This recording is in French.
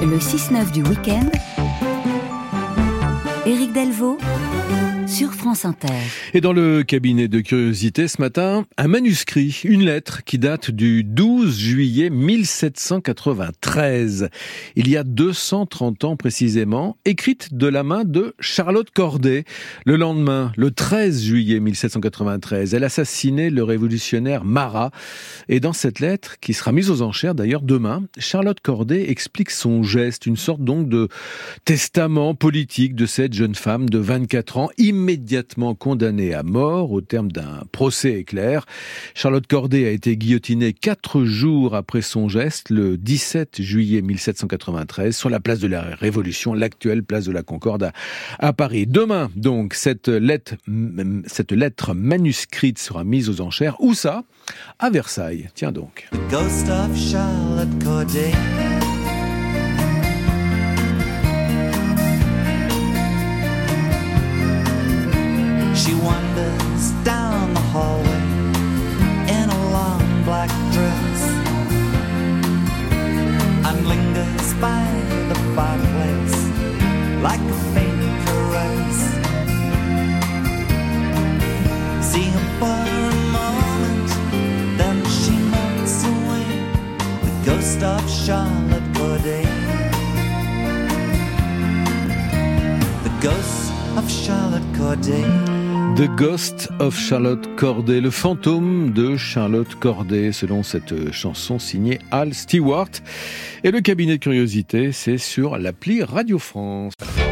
Le 6-9 du week-end, Éric Delvaux sur France Inter. Et dans le cabinet de curiosité ce matin, un manuscrit, une lettre qui date du 12 juillet 1793. Il y a 230 ans précisément, écrite de la main de Charlotte Corday. Le lendemain, le 13 juillet 1793, elle assassinait le révolutionnaire Marat. Et dans cette lettre, qui sera mise aux enchères d'ailleurs demain, Charlotte Corday explique son geste, une sorte donc de testament politique de cette jeune femme de 24 ans, immédiatement condamnée à mort au terme d'un procès éclair. Charlotte Corday a été guillotinée 4 jours après son geste, le 17 juillet 1793, sur la place de la Révolution, l'actuelle place de la Concorde à Paris. Demain, donc, cette lettre manuscrite sera mise aux enchères. Où ça ? À Versailles. Tiens donc. The ghost of Charlotte Corday. She wanders down the hallway in a long black dress and lingers by the fireplace like a faint caress. See him for a moment, then she melts away. The ghost of Charlotte Corday. The ghost of Charlotte Corday. The Ghost of Charlotte Corday, le fantôme de Charlotte Corday, selon cette chanson signée Al Stewart. Et le cabinet de curiosité, c'est sur l'appli Radio France.